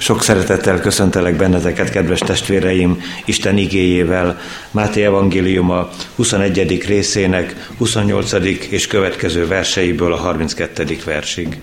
Sok szeretettel köszöntelek benneteket, kedves testvéreim, Isten igéjével, Máté evangéliuma 21. részének 28. és következő verseiből a 32. versig.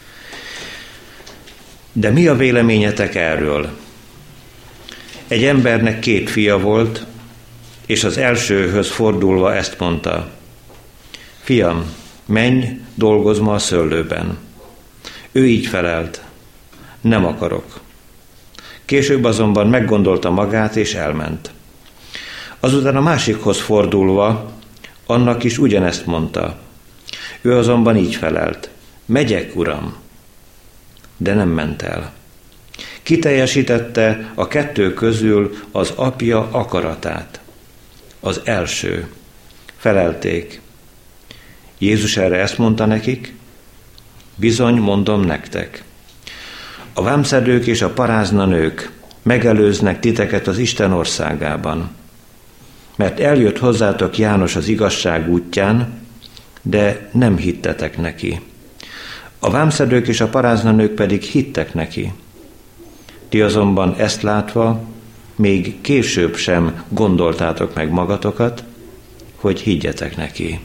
De mi a véleményetek erről? Egy embernek 2 fia volt, és az elsőhöz fordulva ezt mondta: Fiam, menj, dolgozz ma a szőlőben. Ő így felelt: Nem akarok. Később azonban meggondolta magát, és elment. Azután a másikhoz fordulva annak is ugyanezt mondta. Ő azonban így felelt: Megyek, uram. De nem ment el. Kiteljesítette a 2 közül az apja akaratát. Az első. Felelték. Jézus erre ezt mondta nekik: Bizony, mondom nektek, a vámszedők és a paráznanők megelőznek titeket az Isten országában. Mert eljött hozzátok János az igazság útján, de nem hittetek neki. A vámszedők és a paráznanők pedig hittek neki. Ti azonban ezt látva még később sem gondoltátok meg magatokat, hogy higgyetek neki.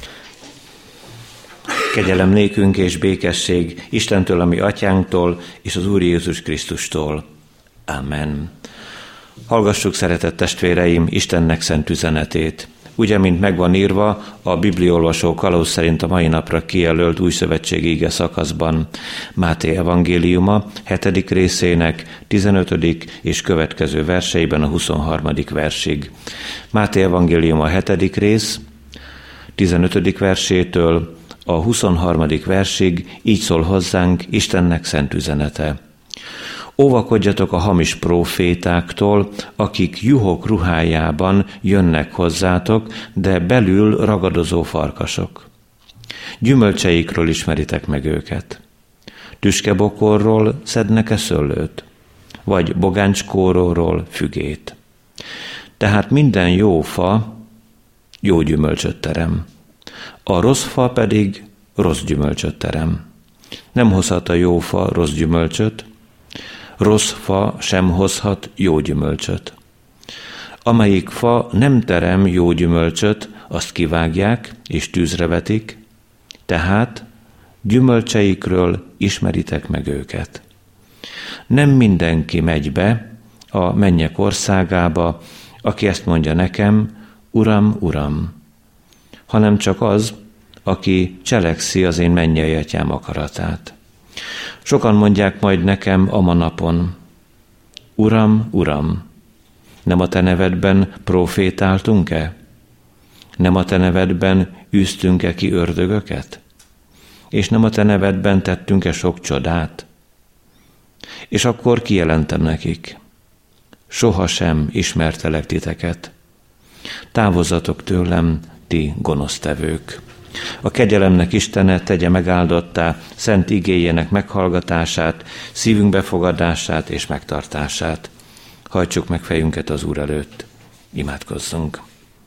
Kegyelem nékünk és békesség Istentől, a mi atyánktól, és az Úr Jézus Krisztustól. Amen. Hallgassuk, szeretett testvéreim, Istennek szent üzenetét. Ugye, mint megvan írva a bibliaolvasó kalauz szerint a mai napra kijelölt újszövetségi ige szakaszban, Máté evangéliuma 7. részének 15. és következő verseiben a 23. versig. Máté evangéliuma 7. rész 15. versétől a 23. versig így szól hozzánk Istennek szent üzenete. Óvakodjatok a hamis prófétáktól, akik juhok ruhájában jönnek hozzátok, de belül ragadozó farkasok. Gyümölcseikről ismeritek meg őket. Tüskebokorról szednek-e szőlőt, vagy bogáncskóróról fügét. Tehát minden jó fa jó gyümölcsöt terem, a rossz fa pedig rossz gyümölcsöt terem. Nem hozhat a jó fa rossz gyümölcsöt, rossz fa sem hozhat jó gyümölcsöt. Amelyik fa nem terem jó gyümölcsöt, azt kivágják és tűzre vetik, tehát gyümölcseikről ismeritek meg őket. Nem mindenki megy be a mennyek országába, aki ezt mondja nekem: Uram, Uram, hanem csak az, aki cselekszi az én mennyei atyám akaratát. Sokan mondják majd nekem a manapon: Uram, Uram, nem a te nevedben profétáltunk-e? Nem a te nevedben űztünk-e ki ördögöket? És nem a te nevedben tettünk-e sok csodát? És akkor kijelentem nekik: sohasem ismertelek titeket. Távozzatok tőlem, ti gonosztevők. A kegyelemnek Istene tegye megáldottá szent igéjének meghallgatását, szívünk befogadását és megtartását. Hajtsuk meg fejünket az Úr előtt, imádkozzunk.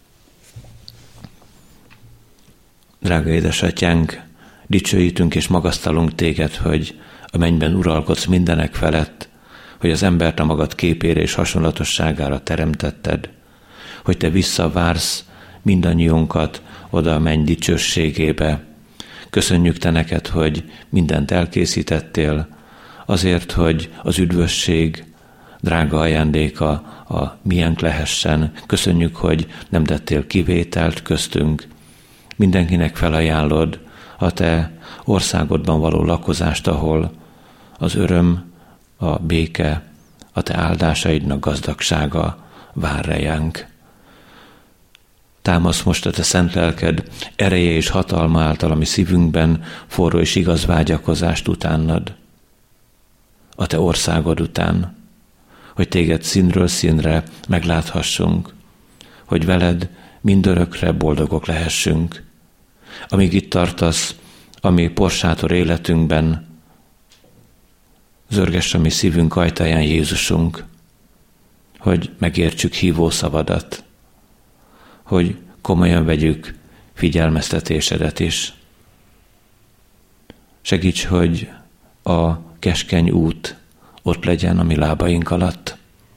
Drága édesatyánk, dicsőítünk és magasztalunk téged, hogy a mennyben uralkodsz mindenek felett, hogy az embert a magad képére és hasonlatosságára teremtetted, hogy te visszavársz mindannyiunkat oda a menny dicsőségébe. Köszönjük te neked, hogy mindent elkészítettél, azért, hogy az üdvösség drága ajándéka a miénk lehessen. Köszönjük, hogy nem tettél kivételt köztünk. Mindenkinek felajánlod a te országodban való lakozást, ahol az öröm, a béke, a te áldásaidnak gazdagsága vár rejánk. Támasz most a te szent lelked ereje és hatalma által, ami szívünkben forró és igaz vágyakozást utánad, a te országod után, hogy téged színről színre megláthassunk, hogy veled mindörökre boldogok lehessünk. Amíg itt tartasz, ami porsátor életünkben, zörgess a mi szívünk ajtaján, Jézusunk, hogy megértsük hívó szavadat, hogy komolyan vegyük figyelmeztetésedet is. Segíts, hogy a keskeny út ott legyen a mi lábaink alatt,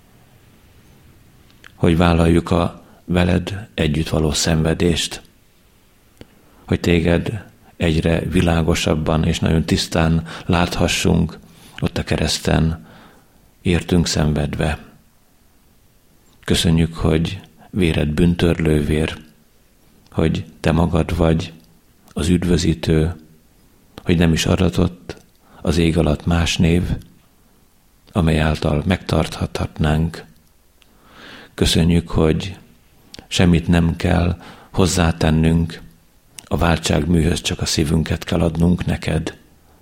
hogy vállaljuk a veled együtt való szenvedést, hogy téged egyre világosabban és nagyon tisztán láthassunk ott a kereszten, értünk szenvedve. Köszönjük, hogy véred bűntörlő vér, hogy te magad vagy az üdvözítő, hogy nem is aratott az ég alatt más név, amely által megtarthatnánk. Köszönjük, hogy semmit nem kell hozzátennünk, a váltság műhöz csak a szívünket kell adnunk neked.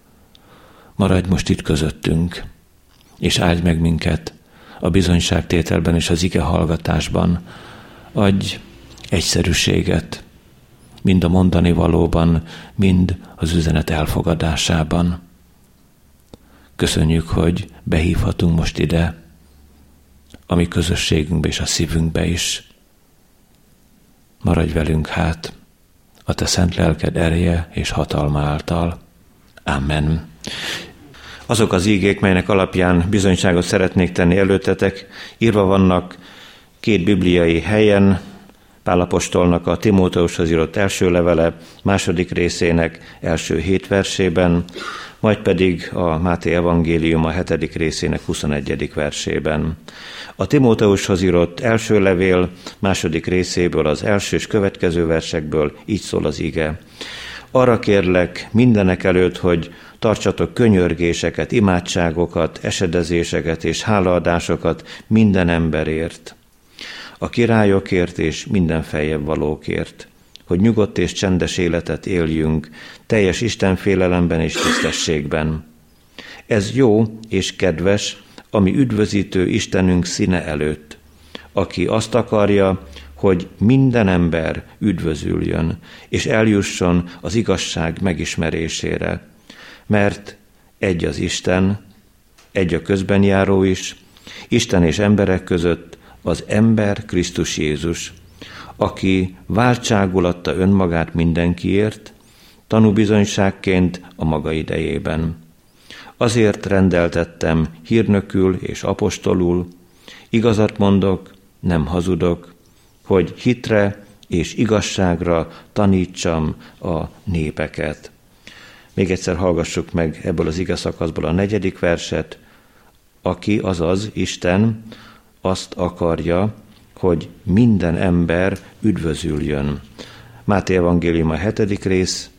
Maradj most itt közöttünk, és áldj meg minket a bizonyságtételben és az ige hallgatásban. Adj egyszerűséget, mind a mondani valóban, mind az üzenet elfogadásában. Köszönjük, hogy behívhatunk most ide, a mi közösségünkbe és a szívünkbe is. Maradj velünk hát, a te szent lelked ereje és hatalma által. Amen. Azok az ígék, melynek alapján bizonyságot szeretnék tenni előttetek, írva vannak 2 bibliai helyen, Pál apostolnak a Timóteushoz írott első levele 2. részének első 7 versében, majd pedig a Máté evangélium a 7. részének 21. versében. A Timóteushoz írott első levél 2. részéből, az első és következő versekből így szól az ige. Arra kérlek mindenek előtt, hogy tartsatok könyörgéseket, imádságokat, esedezéseket és hálaadásokat minden emberért, a királyokért és minden feljebb valókért, hogy nyugodt és csendes életet éljünk, teljes istenfélelemben és tisztességben. Ez jó és kedves, ami üdvözítő Istenünk színe előtt, aki azt akarja, hogy minden ember üdvözüljön, és eljusson az igazság megismerésére. Mert egy az Isten, egy a közben járó is, Isten és emberek között az ember Krisztus Jézus, aki váltságul adta önmagát mindenkiért, tanúbizonyságként a maga idejében. Azért rendeltettem hírnökül és apostolul, igazat mondok, nem hazudok, hogy hitre és igazságra tanítsam a népeket. Még egyszer hallgassuk meg ebből az ige szakaszból a 4. verset. Aki, azaz Isten, azt akarja, hogy minden ember üdvözüljön. Máté evangélium a 7. rész,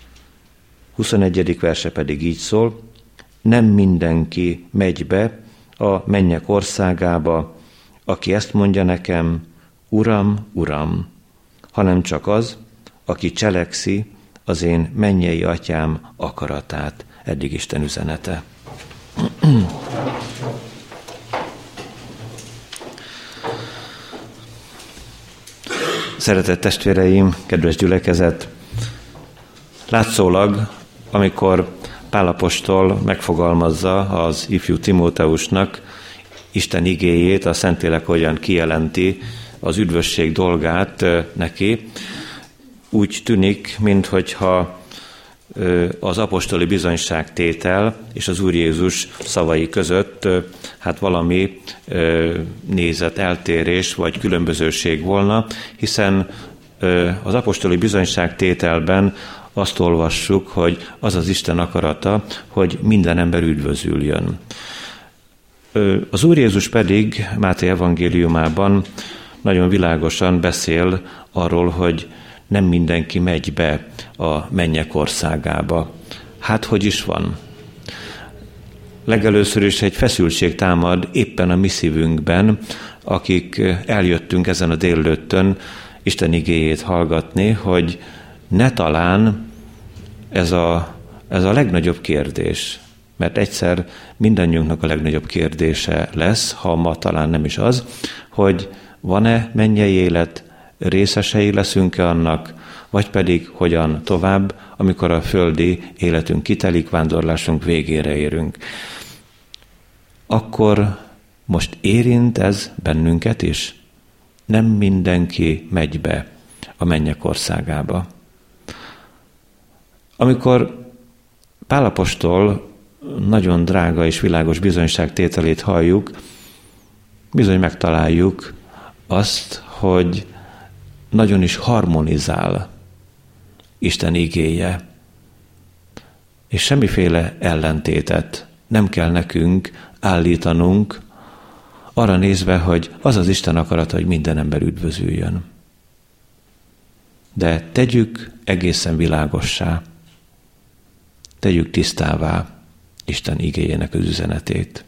21. verse pedig így szól, nem mindenki megy be a mennyek országába, aki ezt mondja nekem, Uram, Uram, hanem csak az, aki cselekszi az én mennyei atyám akaratát. Eddig Isten üzenete. Szeretett testvéreim, kedves gyülekezet! Látszólag, amikor Pál apostol megfogalmazza az ifjú Timóteusnak Isten igéjét, a Szentlélek hogyan kijelenti az üdvösség dolgát neki, úgy tűnik, minthogyha az apostoli bizonyságtétel és az Úr Jézus szavai között valami nézeteltérés vagy különbözőség volna, hiszen az apostoli bizonyságtételben azt olvassuk, hogy az az Isten akarata, hogy minden ember üdvözüljön. Az Úr Jézus pedig Máté evangéliumában nagyon világosan beszél arról, hogy nem mindenki megy be a mennyek országába. Hát, hogy is van? Legelőször is egy feszültség támad éppen a mi szívünkben, akik eljöttünk ezen a délelőttön Isten igéjét hallgatni, hogy ne talán ez a legnagyobb kérdés, mert egyszer mindannyiunknak a legnagyobb kérdése lesz, ha ma talán nem is az, hogy van-e mennyei élet, részesei leszünk-e annak, vagy pedig hogyan tovább, amikor a földi életünk kitelik, vándorlásunk végére érünk. Akkor most érint ez bennünket is? Nem mindenki megy be a mennyek országába. Amikor Pál apostol nagyon drága és világos bizonyságtételét halljuk, bizony megtaláljuk azt, hogy nagyon is harmonizál Isten igéje, és semmiféle ellentétet nem kell nekünk állítanunk, arra nézve, hogy az az Isten akarata, hogy minden ember üdvözüljön. De tegyük egészen világossá, tegyük tisztává Isten igéjének az üzenetét.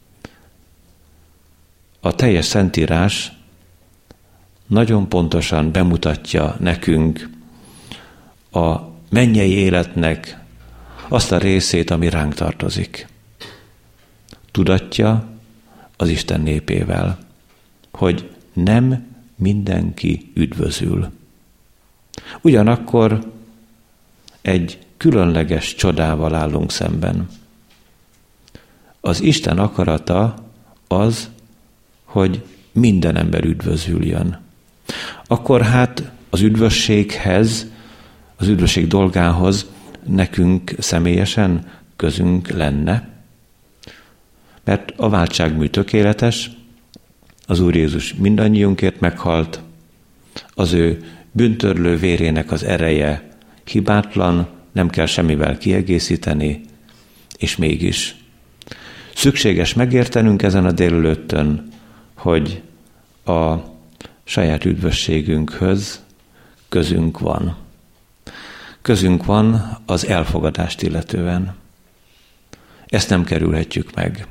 A teljes Szentírás nagyon pontosan bemutatja nekünk a mennyei életnek azt a részét, ami ránk tartozik. Tudatja az Isten népével, hogy nem mindenki üdvözül. Ugyanakkor egy különleges csodával állunk szemben. Az Isten akarata az, hogy minden ember üdvözüljön. Akkor hát az üdvösséghez, az üdvösség dolgához nekünk személyesen közünk lenne, mert a váltságmű tökéletes, az Úr Jézus mindannyiunkért meghalt, az ő bűntörlő vérének az ereje hibátlan, nem kell semmivel kiegészíteni, és mégis szükséges megértenünk ezen a délelőttön, hogy a saját üdvösségünkhöz közünk van. Közünk van az elfogadást illetően. Ezt nem kerülhetjük meg.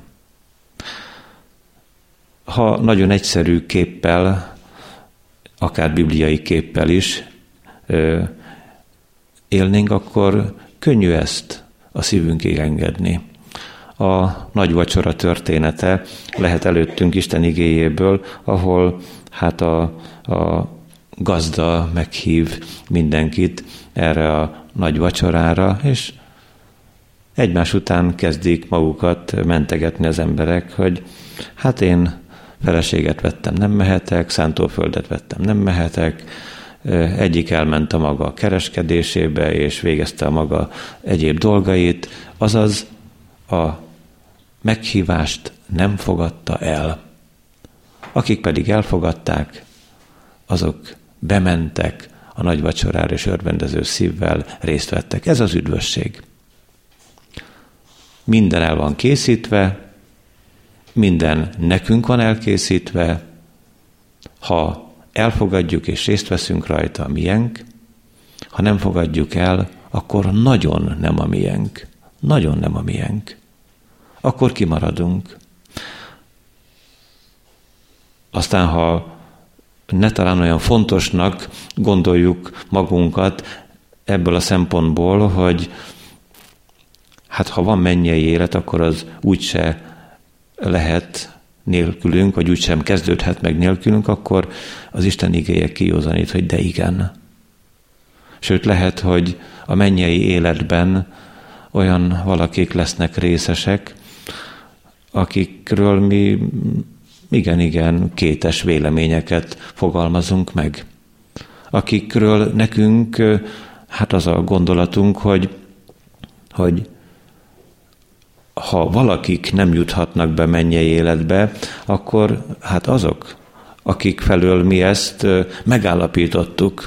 Ha nagyon egyszerű képpel, akár bibliai képpel is élnénk, akkor könnyű ezt a szívünkig engedni. A nagy vacsora története lehet előttünk Isten igéjéből, ahol hát a gazda meghív mindenkit erre a nagy vacsorára, és egymás után kezdik magukat mentegetni az emberek, hogy hát én feleséget vettem, nem mehetek, szántóföldet vettem, nem mehetek, egyik elment a maga kereskedésébe, és végezte a maga egyéb dolgait, azaz a meghívást nem fogadta el. Akik pedig elfogadták, azok bementek a nagy vacsorára, és örvendező szívvel részt vettek. Ez az üdvösség. Minden el van készítve, minden nekünk van elkészítve, ha elfogadjuk és részt veszünk rajta, a miénk, ha nem fogadjuk el, akkor nagyon nem a miénk. Nagyon nem a miénk. Akkor kimaradunk. Aztán, ha ne talán olyan fontosnak gondoljuk magunkat ebből a szempontból, hogy hát ha van mennyei élet, akkor az úgyse lehet nélkülünk, vagy úgysem kezdődhet meg nélkülünk, akkor az Isten igéje kijózanít, hogy de igen. Sőt, lehet, hogy a mennyei életben olyan valakik lesznek részesek, akikről mi igen, kétes véleményeket fogalmazunk meg. Akikről nekünk, hát az a gondolatunk, hogy ha valakik nem juthatnak be mennyei életbe, akkor hát azok, akik felől mi ezt megállapítottuk.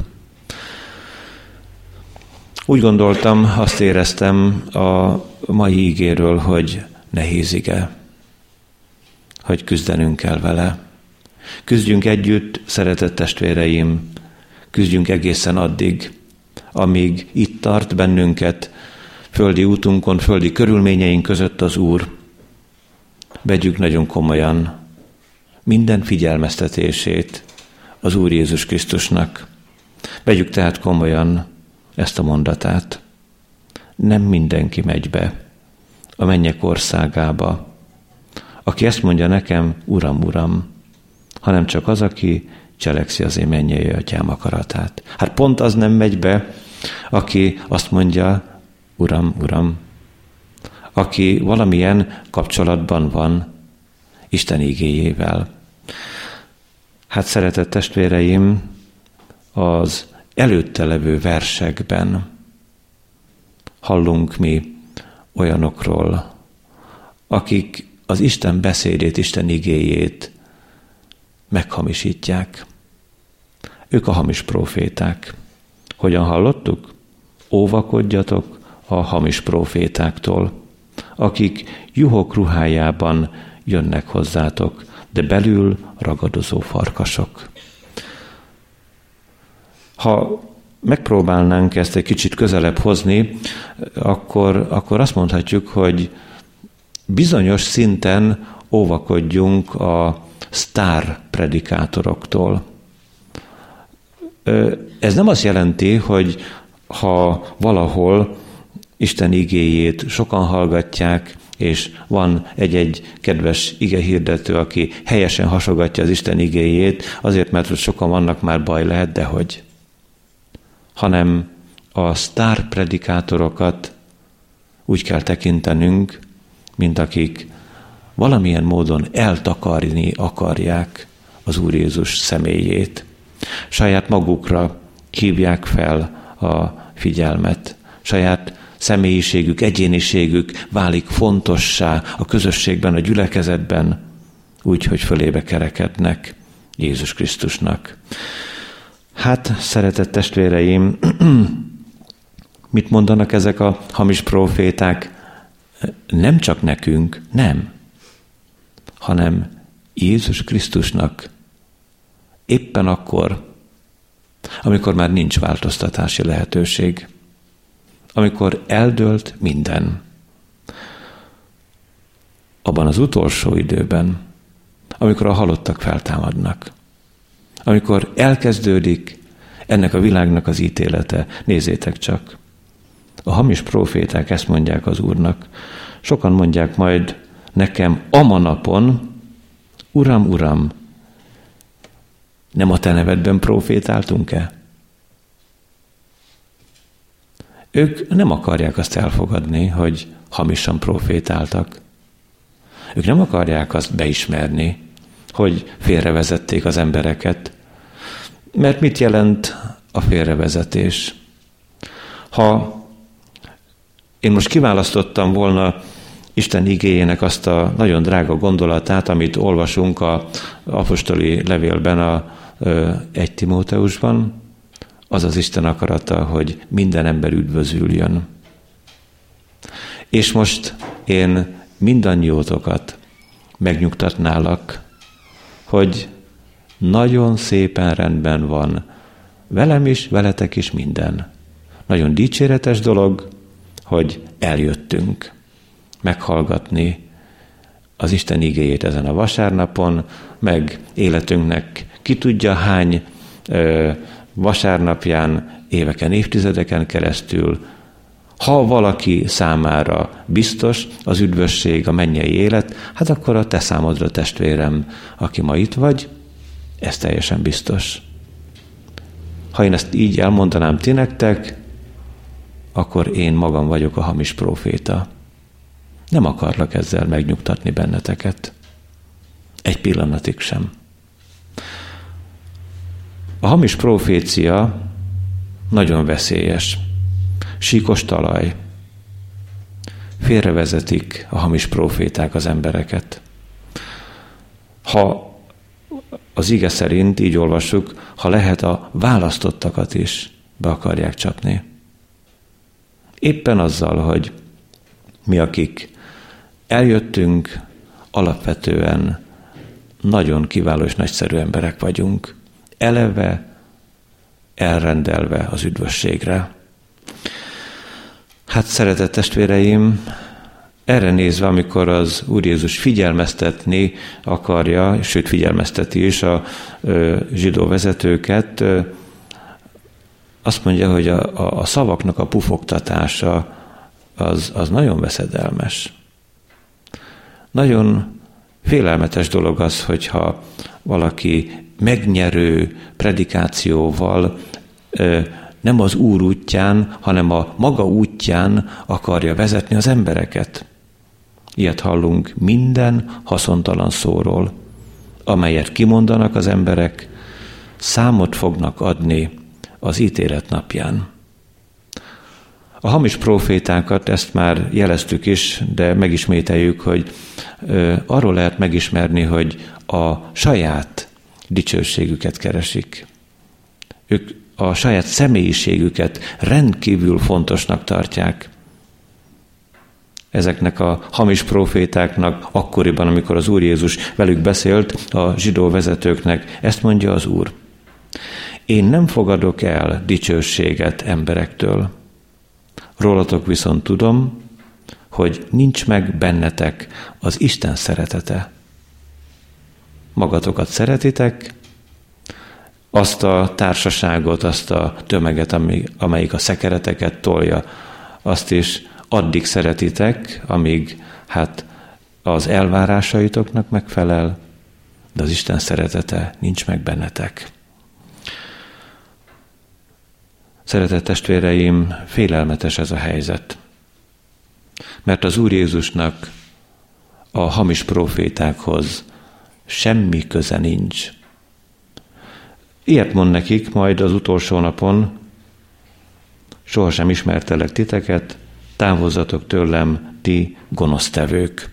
Úgy gondoltam, azt éreztem a mai ígéről, hogy nehéz ige, hogy küzdenünk kell vele. Küzdjünk együtt, szeretett testvéreim, küzdjünk egészen addig, amíg itt tart bennünket, földi útunkon, földi körülményeink között az Úr. Vegyük nagyon komolyan minden figyelmeztetését az Úr Jézus Krisztusnak. Vegyük tehát komolyan ezt a mondatát. Nem mindenki megy be a mennyek országába, aki ezt mondja nekem, Uram, Uram, hanem csak az, aki cselekszi az én mennyei atyám akaratát. Hát pont az nem megy be, aki azt mondja, Uram, Uram, aki valamilyen kapcsolatban van Isten igéjével. Hát szeretett testvéreim, az előtte levő versekben hallunk mi olyanokról, akik az Isten beszédét, Isten igéjét meghamisítják. Ők a hamis próféták. Hogyan hallottuk? Óvakodjatok a hamis prófétáktól, akik juhok ruhájában jönnek hozzátok, de belül ragadozó farkasok. Ha megpróbálnánk ezt egy kicsit közelebb hozni, akkor azt mondhatjuk, hogy bizonyos szinten óvakodjunk a sztár predikátoroktól. Ez nem azt jelenti, hogy ha valahol Isten igéjét sokan hallgatják, és van egy-egy kedves igehirdető, aki helyesen hasogatja az Isten igéjét, azért, mert sokan vannak, már baj lehet, dehogy. Hanem a sztár predikátorokat úgy kell tekintenünk, mint akik valamilyen módon eltakarni akarják az Úr Jézus személyét. Saját magukra hívják fel a figyelmet. Saját személyiségük, egyéniségük válik fontossá a közösségben, a gyülekezetben, úgy, hogy fölébe kerekednek Jézus Krisztusnak. Hát, szeretett testvéreim, mit mondanak ezek a hamis próféták? Nem csak nekünk, nem, hanem Jézus Krisztusnak éppen akkor, amikor már nincs változtatási lehetőség, amikor eldőlt minden. Abban az utolsó időben, amikor a halottak feltámadnak, amikor elkezdődik ennek a világnak az ítélete, nézzétek csak. A hamis próféták ezt mondják az Úrnak. Sokan mondják majd nekem ama napon, Uram, Uram, nem a te nevedben prófétáltunk-e? Ők nem akarják azt elfogadni, hogy hamisan prófétáltak. Ők nem akarják azt beismerni, hogy félrevezették az embereket. Mert mit jelent a félrevezetés? Ha én most kiválasztottam volna Isten igéjének azt a nagyon drága gondolatát, amit olvasunk az apostoli levélben, a 1 Timóteusban, az az Isten akarata, hogy minden ember üdvözüljön. És most én mindannyiótokat megnyugtatnálak, hogy nagyon szépen rendben van velem is, veletek is minden. Nagyon dicséretes dolog, hogy eljöttünk meghallgatni az Isten igéjét ezen a vasárnapon, meg életünknek ki tudja hány vasárnapján, éveken, évtizedeken keresztül. Ha valaki számára biztos az üdvösség, a mennyei élet, hát akkor a te számodra, testvérem, aki ma itt vagy, ez teljesen biztos. Ha én ezt így elmondanám ti nektek, akkor én magam vagyok a hamis próféta. Nem akarlak ezzel megnyugtatni benneteket. Egy pillanatig sem. A hamis profécia nagyon veszélyes. Síkos talaj. Félrevezetik a hamis próféták az embereket. Ha az ige szerint, így olvassuk, ha lehet, a választottakat is be akarják csapni. Éppen azzal, hogy mi, akik eljöttünk, alapvetően nagyon kiváló és nagyszerű emberek vagyunk, eleve elrendelve az üdvösségre. Hát, szeretett testvéreim, erre nézve, amikor az Úr Jézus figyelmeztetni akarja, sőt figyelmezteti is a zsidó vezetőket, azt mondja, hogy a szavaknak a pufogtatása az nagyon veszedelmes. Nagyon félelmetes dolog az, hogyha valaki megnyerő predikációval nem az Úr útján, hanem a maga útján akarja vezetni az embereket. Ilyet hallunk minden haszontalan szóról, amelyet kimondanak az emberek, számot fognak adni az ítélet napján. A hamis prófétákat, ezt már jeleztük is, de megismételjük, hogy arról lehet megismerni, hogy a saját dicsőségüket keresik. Ők a saját személyiségüket rendkívül fontosnak tartják. Ezeknek a hamis prófétáknak akkoriban, amikor az Úr Jézus velük beszélt, a zsidó vezetőknek, ezt mondja az Úr: én nem fogadok el dicsőséget emberektől. Rólatok viszont tudom, hogy nincs meg bennetek az Isten szeretete. Magatokat szeretitek, azt a társaságot, azt a tömeget, amelyik a szekereteket tolja, azt is addig szeretitek, amíg az elvárásaitoknak megfelel, de az Isten szeretete nincs meg bennetek. Szeretett testvéreim, félelmetes ez a helyzet, mert az Úr Jézusnak a hamis prófétákhoz semmi köze nincs. Ilyet mond nekik majd az utolsó napon: sohasem ismertelek titeket, távozzatok tőlem, ti gonosztevők.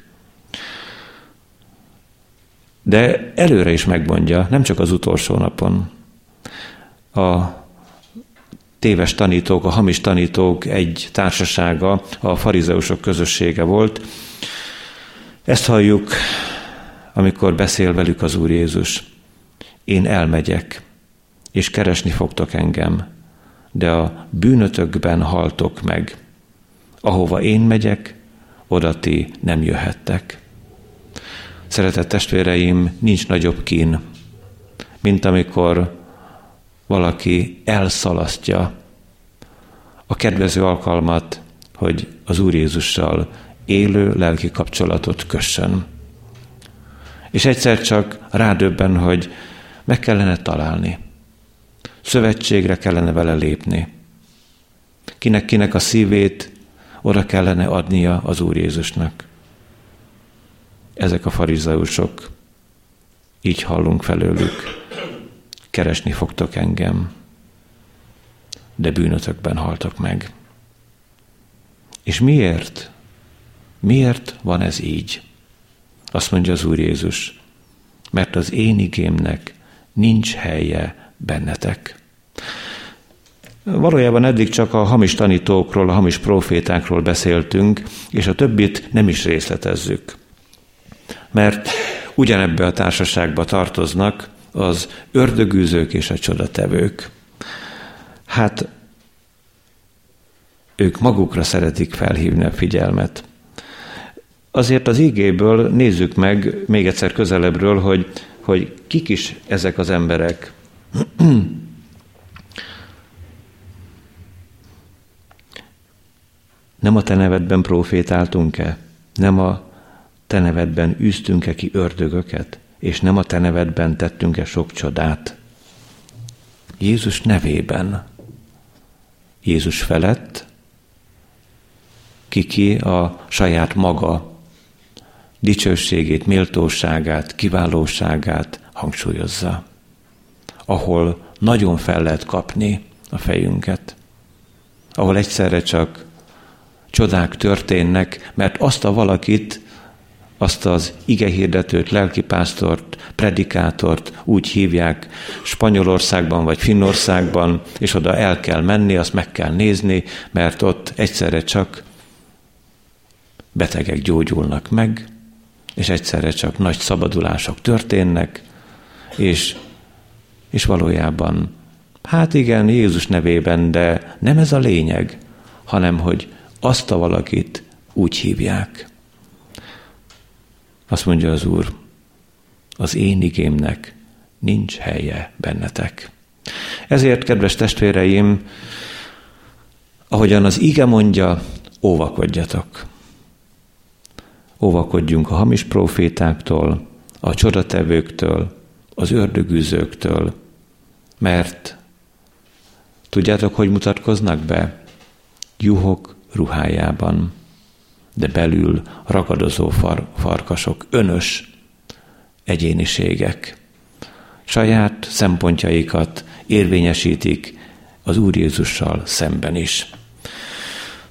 De előre is megmondja, nem csak az utolsó napon. A téves tanítók, a hamis tanítók egy társasága, a farizeusok közössége volt. Ezt halljuk, amikor beszél velük az Úr Jézus: én elmegyek, és keresni fogtok engem, de a bűnötökben haltok meg. Ahova én megyek, oda ti nem jöhettek. Szeretett testvéreim, nincs nagyobb kín, mint amikor valaki elszalasztja a kedvező alkalmat, hogy az Úr Jézussal élő lelki kapcsolatot kössön. És egyszer csak rádöbben, hogy meg kellene találni. Szövetségre kellene vele lépni. Kinek a szívét oda kellene adnia az Úr Jézusnak. Ezek a farizeusok, így hallunk felőlük: keresni fogtok engem, de bűnötökben haltok meg. És miért? Miért van ez így? Azt mondja az Úr Jézus: mert az én igémnek nincs helye bennetek. Valójában eddig csak a hamis tanítókról, a hamis prófétákról beszéltünk, és a többit nem is részletezzük. Mert ugyanebbe a társaságba tartoznak az ördögűzők és a csodatevők. Ők magukra szeretik felhívni a figyelmet. Azért az igéből nézzük meg még egyszer közelebbről, hogy kik is ezek az emberek. Nem a te nevedben profétáltunk-e? Nem a te nevedben űztünk-e ki ördögöket? És nem a te nevedben tettünk-e sok csodát? Jézus nevében. Jézus felett ki a saját maga dicsőségét, méltóságát, kiválóságát hangsúlyozza. Ahol nagyon fel lehet kapni a fejünket. Ahol egyszerre csak csodák történnek, mert azt a valakit, azt az igehirdetőt, lelkipásztort, predikátort úgy hívják Spanyolországban vagy Finnországban, és oda el kell menni, azt meg kell nézni, mert ott egyszerre csak betegek gyógyulnak meg, és egyszerre csak nagy szabadulások történnek, és valójában, igen, Jézus nevében, de nem ez a lényeg, hanem hogy azt a valakit úgy hívják. Azt mondja az Úr: az én igémnek nincs helye bennetek. Ezért, kedves testvéreim, ahogyan az ige mondja, óvakodjatok. Óvakodjunk a hamis prófétáktól, a csodatevőktől, az ördögűzőktől, mert tudjátok, hogy mutatkoznak be? Juhok ruhájában, de belül ragadozó farkasok, önös egyéniségek. Saját szempontjaikat érvényesítik az Úr Jézussal szemben is.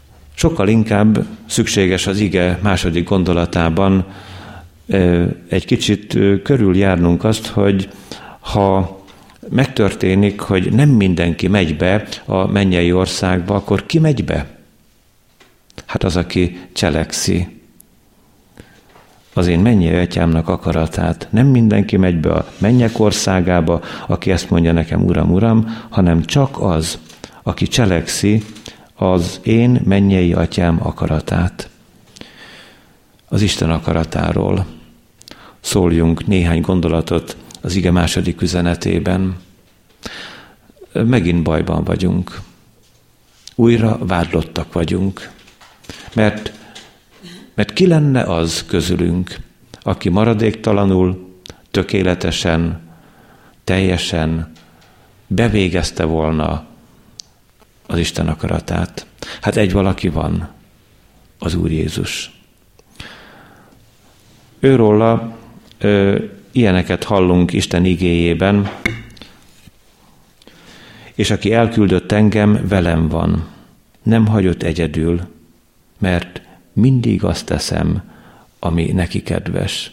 Sokkal inkább szükséges az ige második gondolatában egy kicsit körüljárnunk azt, hogy ha megtörténik, hogy nem mindenki megy be a mennyei országba, akkor ki megy be? Hát az, aki cselekszi az én mennyei atyámnak akaratát. Nem mindenki megy be a mennyek országába, aki ezt mondja nekem, Uram, Uram, hanem csak az, aki cselekszi az én mennyei atyám akaratát. Az Isten akaratáról szóljunk néhány gondolatot az ige második üzenetében. Megint bajban vagyunk. Újra vádlottak vagyunk. Mert ki lenne az közülünk, aki maradéktalanul, tökéletesen, teljesen bevégezte volna az Isten akaratát? Hát egy valaki van, az Úr Jézus. Őróla ilyeneket hallunk Isten igéjében, és aki elküldött engem, velem van. Nem hagyott egyedül, mert mindig azt teszem, ami neki kedves.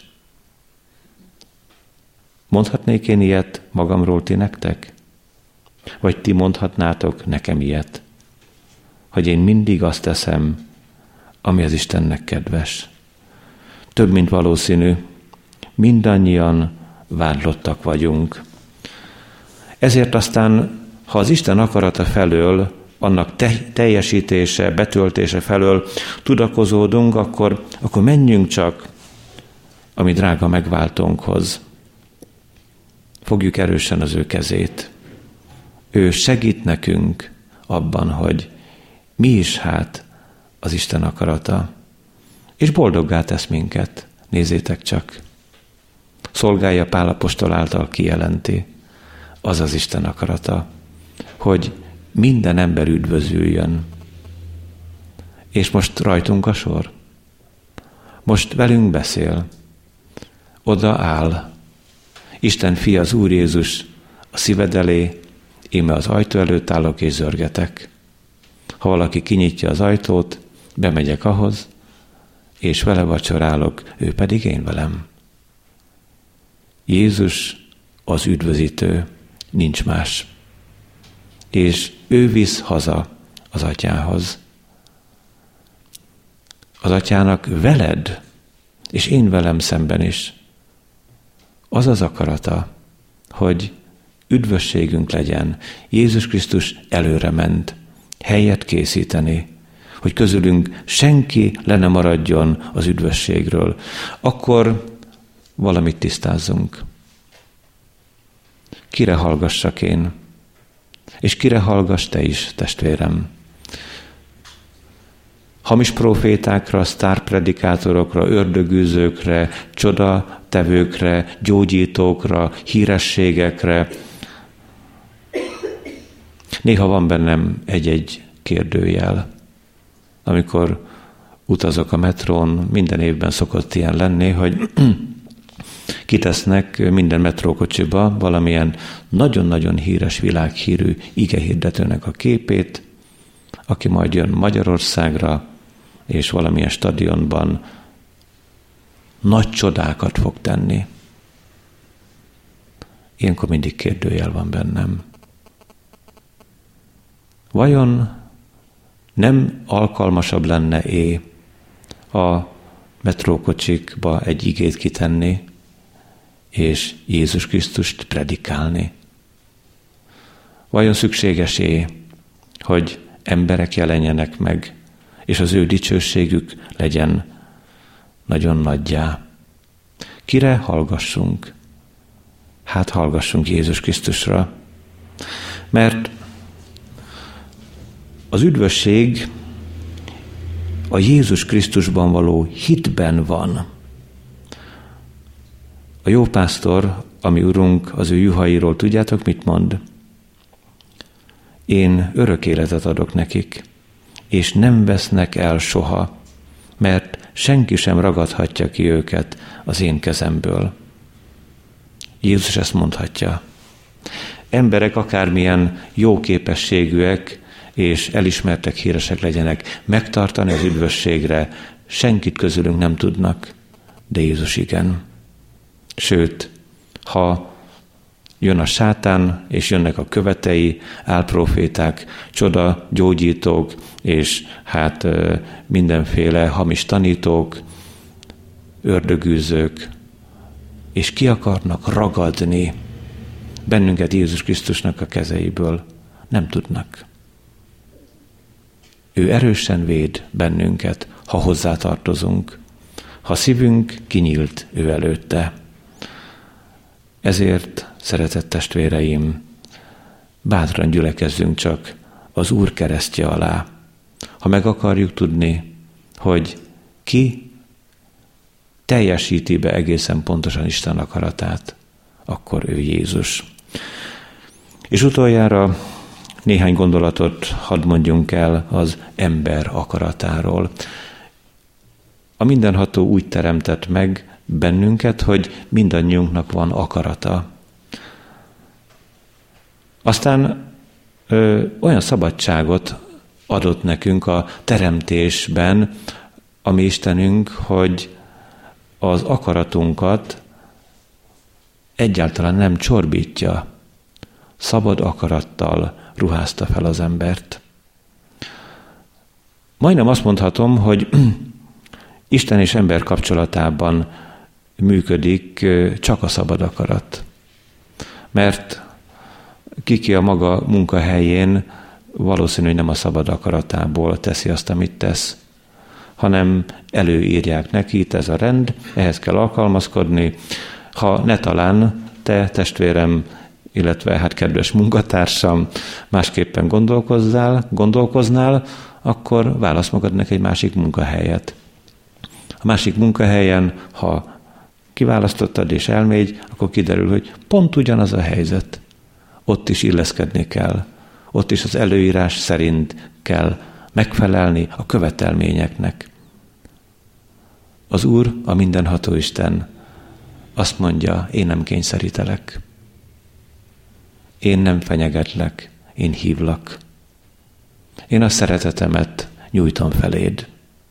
Mondhatnék én ilyet magamról ti nektek? Vagy ti mondhatnátok nekem ilyet? Hogy én mindig azt teszem, ami az Istennek kedves. Több mint valószínű, mindannyian vádlottak vagyunk. Ezért aztán, ha az Isten akarata felől, annak teljesítése, betöltése felől tudakozódunk, akkor menjünk csak a mi drága megváltónkhoz. Fogjuk erősen az ő kezét. Ő segít nekünk abban, hogy mi is hát az Isten akarata. És boldoggá tesz minket. Nézzétek csak. Szolgálja Pál apostol által kijelenti. Az az Isten akarata, hogy minden ember üdvözüljön. És most rajtunk a sor. Most velünk beszél. Oda áll. Isten fia, az Úr Jézus a szíved elé, íme az ajtó előtt állok és zörgetek. Ha valaki kinyitja az ajtót, bemegyek ahhoz, és vele vacsorálok, ő pedig én velem. Jézus az üdvözítő, nincs más. És ő visz haza az atyához. Az atyának veled, és én velem szemben is. Az az akarata, hogy üdvösségünk legyen. Jézus Krisztus előre ment, helyet készíteni, hogy közülünk senki le ne maradjon az üdvösségről. Akkor valamit tisztázzunk. Kire hallgassak én? És kire hallgass te is, testvérem? Hamis profétákra, sztárpredikátorokra, ördögűzőkre, csodatevőkre, gyógyítókra, hírességekre. Néha van bennem egy-egy kérdőjel. Amikor utazok a metrón, minden évben szokott ilyen lenni, hogy kitesznek minden metrókocsiba valamilyen nagyon-nagyon híres, világhírű igehirdetőnek a képét, aki majd jön Magyarországra, és valamilyen stadionban nagy csodákat fog tenni. Ilyenkor mindig kérdőjel van bennem. Vajon nem alkalmasabb lenne-e a metrókocsikba egy igét kitenni, és Jézus Krisztust predikálni? Vajon szükséges-e, hogy emberek jelenjenek meg, és az ő dicsőségük legyen nagyon nagyjá? Kire hallgassunk? Hát hallgassunk Jézus Krisztusra, mert az üdvösség a Jézus Krisztusban való hitben van. A jó pásztor, ami Urunk, az ő juhairól tudjátok, mit mond? Én örök életet adok nekik, és nem vesznek el soha, mert senki sem ragadhatja ki őket az én kezemből. Jézus ezt mondhatja. Emberek akármilyen jó képességűek, és elismertek, híresek legyenek, megtartani az üdvösségre senkit közülünk nem tudnak, de Jézus igen. Sőt, ha jön a sátán, és jönnek a követei, álproféták, csoda gyógyítók, és mindenféle hamis tanítók, ördögűzők, és ki akarnak ragadni bennünket Jézus Krisztusnak a kezeiből, nem tudnak. Ő erősen véd bennünket, ha hozzátartozunk, ha szívünk kinyílt ő előtte. Ezért, szeretett testvéreim, bátran gyülekezzünk csak az Úr keresztje alá. Ha meg akarjuk tudni, hogy ki teljesíti be egészen pontosan Isten akaratát, akkor ő Jézus. És utoljára néhány gondolatot hadd mondjunk el az ember akaratáról. A mindenható úgy teremtett meg bennünket, hogy mindannyiunknak van akarata. Aztán olyan szabadságot adott nekünk a teremtésben a mi Istenünk, hogy az akaratunkat egyáltalán nem csorbítja. Szabad akarattal ruházta fel az embert. Majdnem azt mondhatom, hogy Isten és ember kapcsolatában működik csak a szabad akarat. Mert ki a maga munkahelyén valószínű, hogy nem a szabad akaratából teszi azt, amit tesz, hanem előírják neki, itt ez a rend, ehhez kell alkalmazkodni. Ha ne talán te, testvérem, illetve kedves munkatársam, másképpen gondolkoznál, akkor válasz magadnak egy másik munkahelyet. A másik munkahelyen, ha kiválasztottad és elmégy, akkor kiderül, hogy pont ugyanaz a helyzet. Ott is illeszkedni kell. Ott is az előírás szerint kell megfelelni a követelményeknek. Az Úr, a mindenható Isten azt mondja, én nem kényszerítelek. Én nem fenyegetlek, én hívlak. Én a szeretetemet nyújtom feléd.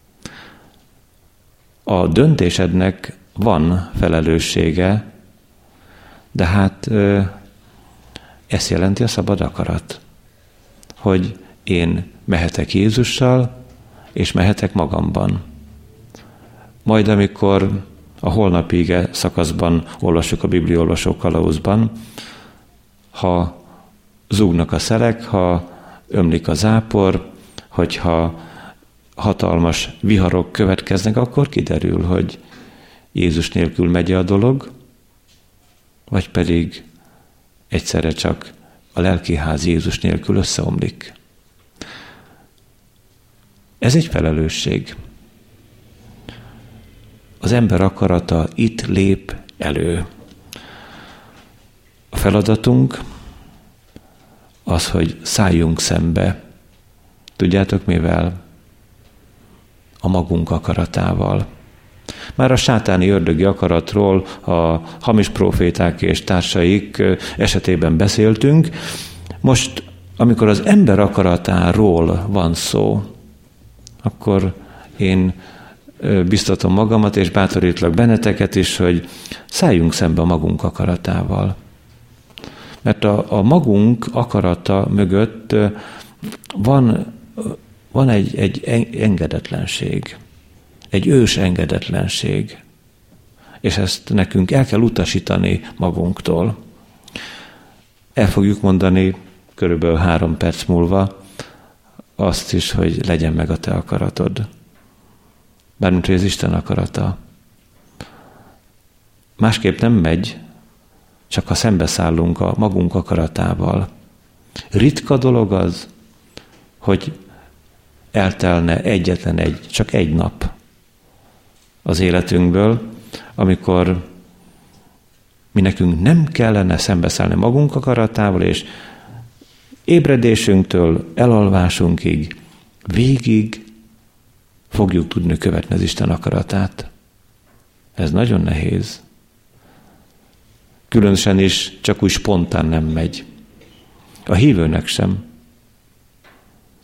A döntésednek van felelőssége, de ezt jelenti a szabad akarat, hogy én mehetek Jézussal, és mehetek magamban. Majd amikor a holnapi ige szakaszban olvassuk a bibliaolvasó kalauzban, ha zúgnak a szelek, ha ömlik a zápor, hogyha hatalmas viharok következnek, akkor kiderül, hogy Jézus nélkül megy a dolog, vagy pedig egyszerre csak a lelkiház Jézus nélkül összeomlik. Ez egy felelősség. Az ember akarata itt lép elő. A feladatunk az, hogy szálljunk szembe. Tudjátok mivel? A magunk akaratával. Már a sátáni ördögi akaratról, a hamis proféták és társaik esetében beszéltünk. Most, amikor az ember akaratáról van szó, akkor én biztatom magamat, és bátorítlak benneteket is, hogy szálljunk szembe a magunk akaratával. Mert a magunk akarata mögött van egy engedetlenség, egy ős engedetlenség, és ezt nekünk el kell utasítani magunktól. El fogjuk mondani körülbelül 3 perc múlva azt is, hogy legyen meg a te akaratod. Bármint, hogy ez Isten akarata. Másképp nem megy, csak ha szembeszállunk a magunk akaratával. Ritka dolog az, hogy eltelne csak egy nap az életünkből, amikor mi nekünk nem kellene szembeszállni magunk akaratával, és ébredésünktől elalvásunkig végig fogjuk tudni követni az Isten akaratát. Ez nagyon nehéz. Különösen is csak úgy spontán nem megy. A hívőnek sem.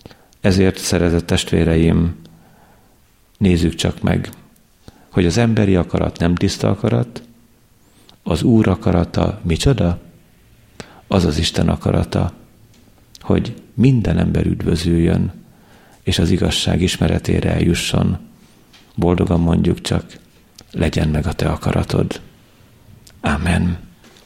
Ezért, szeretett testvéreim, nézzük csak meg, hogy az emberi akarat nem tiszta akarat, az Úr akarata micsoda? Az az Isten akarata, hogy minden ember üdvözüljön, és az igazság ismeretére eljusson. Boldogan mondjuk csak, legyen meg a te akaratod. Ámen.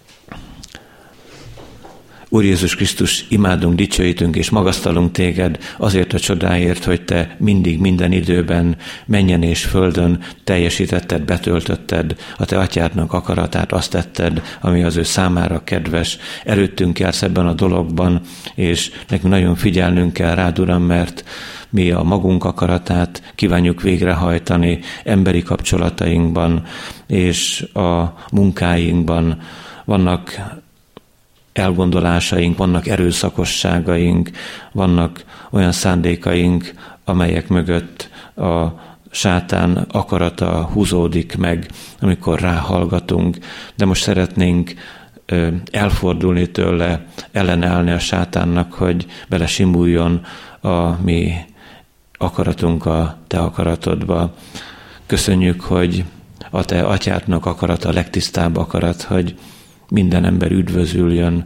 Úr Jézus Krisztus, imádunk, dicsőítünk és magasztalunk téged azért a csodáért, hogy te mindig, minden időben, mennyen és földön teljesítetted, betöltötted a te atyádnak akaratát, azt tetted, ami az ő számára kedves. Előttünk jársz ebben a dologban, és nekünk nagyon figyelnünk kell rád, Uram, mert mi a magunk akaratát kívánjuk végrehajtani emberi kapcsolatainkban és a munkáinkban. Vannak elgondolásaink, vannak erőszakosságaink, vannak olyan szándékaink, amelyek mögött a sátán akarata húzódik meg, amikor ráhallgatunk, de most szeretnénk elfordulni tőle, ellenállni a sátánnak, hogy belesimuljon a mi akaratunk a te akaratodba. Köszönjük, hogy a te atyádnak akarata a legtisztább akarat, hogy minden ember üdvözüljön.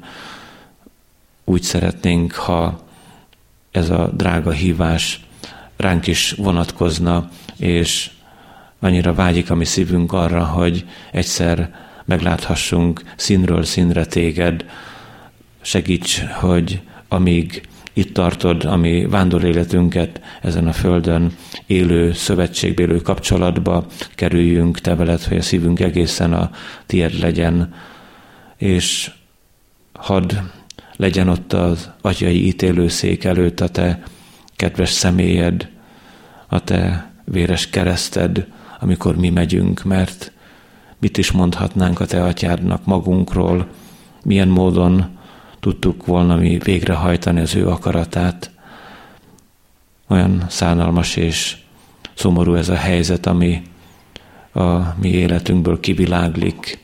Úgy szeretnénk, ha ez a drága hívás ránk is vonatkozna, és annyira vágyik a mi szívünk arra, hogy egyszer megláthassunk színről színre téged. Segíts, hogy amíg itt tartod a mi vándoréletünket ezen a földön, élő szövetségbe, élő kapcsolatba kerüljünk te veled, hogy a szívünk egészen a tiéd legyen, és hadd legyen ott az atyai ítélőszék előtt a te kedves személyed, a te véres kereszted, amikor mi megyünk, mert mit is mondhatnánk a te atyádnak magunkról, milyen módon tudtuk volna mi végrehajtani az ő akaratát. Olyan szánalmas és szomorú ez a helyzet, ami a mi életünkből kiviláglik.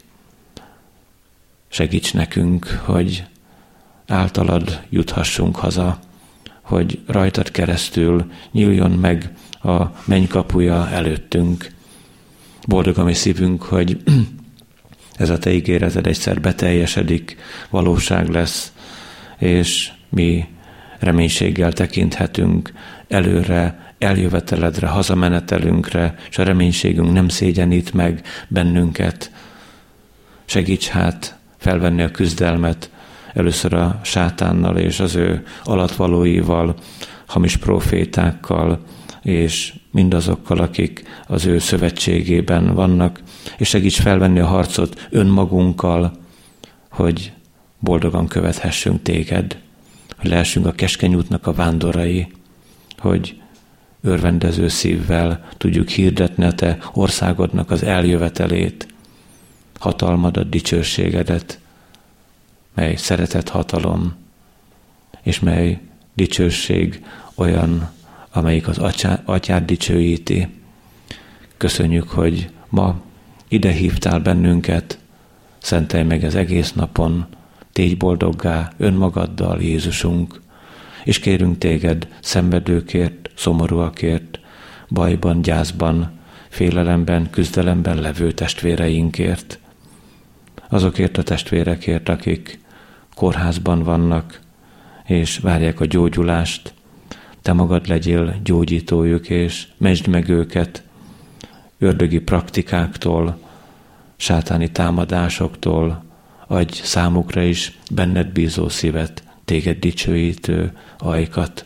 Segíts nekünk, hogy általad juthassunk haza, hogy rajtad keresztül nyíljon meg a mennykapuja előttünk. Boldog a mi szívünk, hogy ez a te ígéreted egyszer beteljesedik, valóság lesz, és mi reménységgel tekinthetünk előre, eljöveteledre, hazamenetelünkre, és a reménységünk nem szégyenít meg bennünket. Segíts hát felvenni a küzdelmet először a sátánnal és az ő alattvalóival, hamis profétákkal, és mindazokkal, akik az ő szövetségében vannak, és segíts felvenni a harcot önmagunkkal, hogy boldogan követhessünk téged, hogy lehessünk a keskeny útnak a vándorai, hogy örvendező szívvel tudjuk hirdetni a te országodnak az eljövetelét, hatalmadat, dicsőségedet, mely szeretett hatalom, és mely dicsőség olyan, amelyik az atyát dicsőíti. Köszönjük, hogy ma ide hívtál bennünket, szentelj meg az egész napon, tégy boldoggá önmagaddal, Jézusunk, és kérünk téged szenvedőkért, szomorúakért, bajban, gyászban, félelemben, küzdelemben levő testvéreinkért, azokért a testvérekért, akik kórházban vannak, és várják a gyógyulást. Te magad legyél gyógyítójuk, és mentsd meg őket ördögi praktikáktól, sátáni támadásoktól, adj számukra is benned bízó szívet, téged dicsőítő ajkat.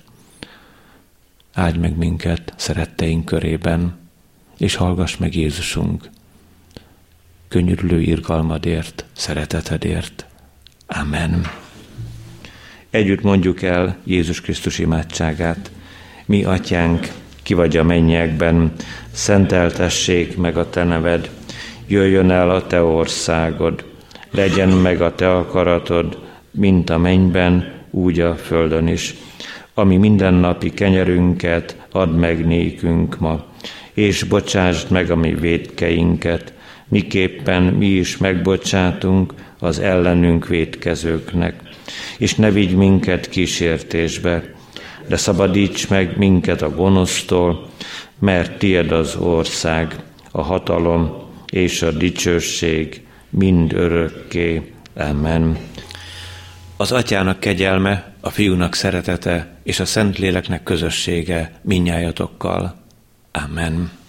Áldj meg minket szeretteink körében, és hallgass meg, Jézusunk, könnyörülő irgalmadért, szeretetedért. Amen. Együtt mondjuk el Jézus Krisztus imádságát. Mi atyánk, ki vagy a mennyekben, szenteltessék meg a te neved, jöjjön el a te országod, legyen meg a te akaratod, mint a mennyben, úgy a földön is. Ami mindennapi kenyerünket add meg nékünk ma, és bocsásd meg a mi vétkeinket, miképpen mi is megbocsátunk az ellenünk vétkezőknek. És ne vigy minket kísértésbe, de szabadíts meg minket a gonosztól, mert tied az ország, a hatalom és a dicsőség mind örökké. Amen. Az Atyának kegyelme, a Fiúnak szeretete és a Szentléleknek közössége mindnyájatokkal. Amen.